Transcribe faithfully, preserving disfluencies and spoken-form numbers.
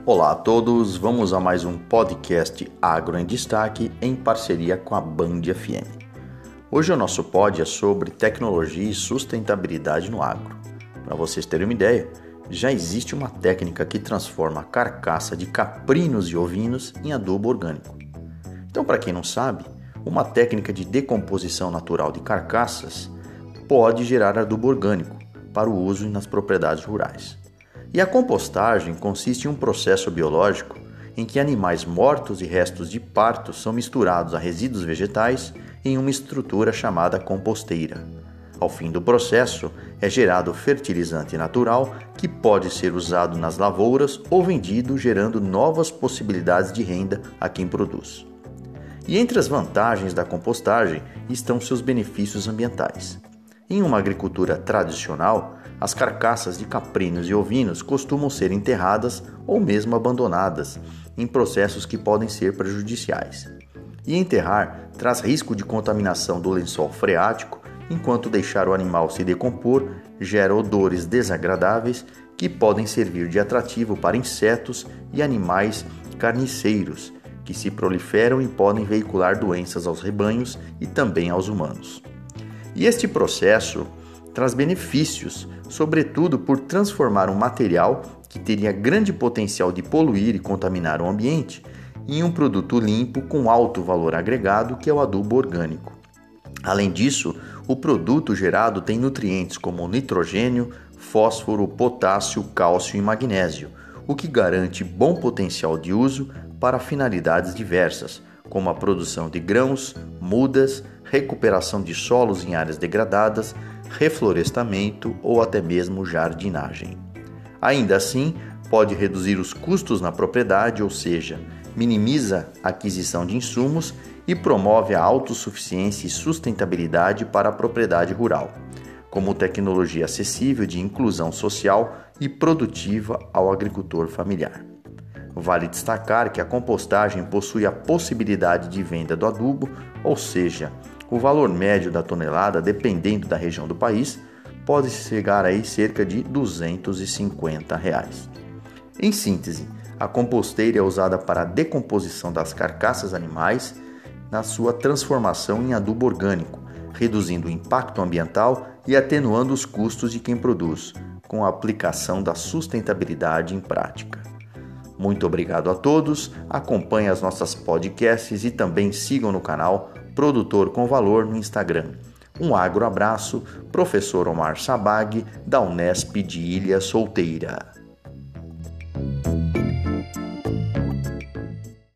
Olá a todos, vamos a mais um podcast Agro em Destaque em parceria com a Band F M. Hoje o nosso pod é sobre tecnologia e sustentabilidade no agro. Para vocês terem uma ideia, já existe uma técnica que transforma a carcaça de caprinos e ovinos em adubo orgânico. Então, para quem não sabe, uma técnica de decomposição natural de carcaças pode gerar adubo orgânico para o uso nas propriedades rurais. E a compostagem consiste em um processo biológico em que animais mortos e restos de parto são misturados a resíduos vegetais em uma estrutura chamada composteira. Ao fim do processo, é gerado fertilizante natural que pode ser usado nas lavouras ou vendido, gerando novas possibilidades de renda a quem produz. E entre as vantagens da compostagem estão seus benefícios ambientais. Em uma agricultura tradicional, as carcaças de caprinos e ovinos costumam ser enterradas ou mesmo abandonadas, em processos que podem ser prejudiciais. E enterrar traz risco de contaminação do lençol freático, enquanto deixar o animal se decompor gera odores desagradáveis que podem servir de atrativo para insetos e animais carniceiros, que se proliferam e podem veicular doenças aos rebanhos e também aos humanos. E este processo traz benefícios, sobretudo por transformar um material que teria grande potencial de poluir e contaminar o ambiente em um produto limpo com alto valor agregado, que é o adubo orgânico. Além disso, o produto gerado tem nutrientes como nitrogênio, fósforo, potássio, cálcio e magnésio, o que garante bom potencial de uso para finalidades diversas, como a produção de grãos, mudas, recuperação de solos em áreas degradadas, reflorestamento ou até mesmo jardinagem. Ainda assim, pode reduzir os custos na propriedade, ou seja, minimiza a aquisição de insumos e promove a autossuficiência e sustentabilidade para a propriedade rural, como tecnologia acessível de inclusão social e produtiva ao agricultor familiar. Vale destacar que a compostagem possui a possibilidade de venda do adubo, ou seja, o valor médio da tonelada, dependendo da região do país, pode chegar a cerca de duzentos e cinquenta reais. Em síntese, a composteira é usada para a decomposição das carcaças animais na sua transformação em adubo orgânico, reduzindo o impacto ambiental e atenuando os custos de quem produz, com a aplicação da sustentabilidade em prática. Muito obrigado a todos, acompanhem as nossas podcasts e também sigam no canal Produtor com Valor no Instagram. Um agro abraço, professor Omar Sabag, da Unesp de Ilha Solteira.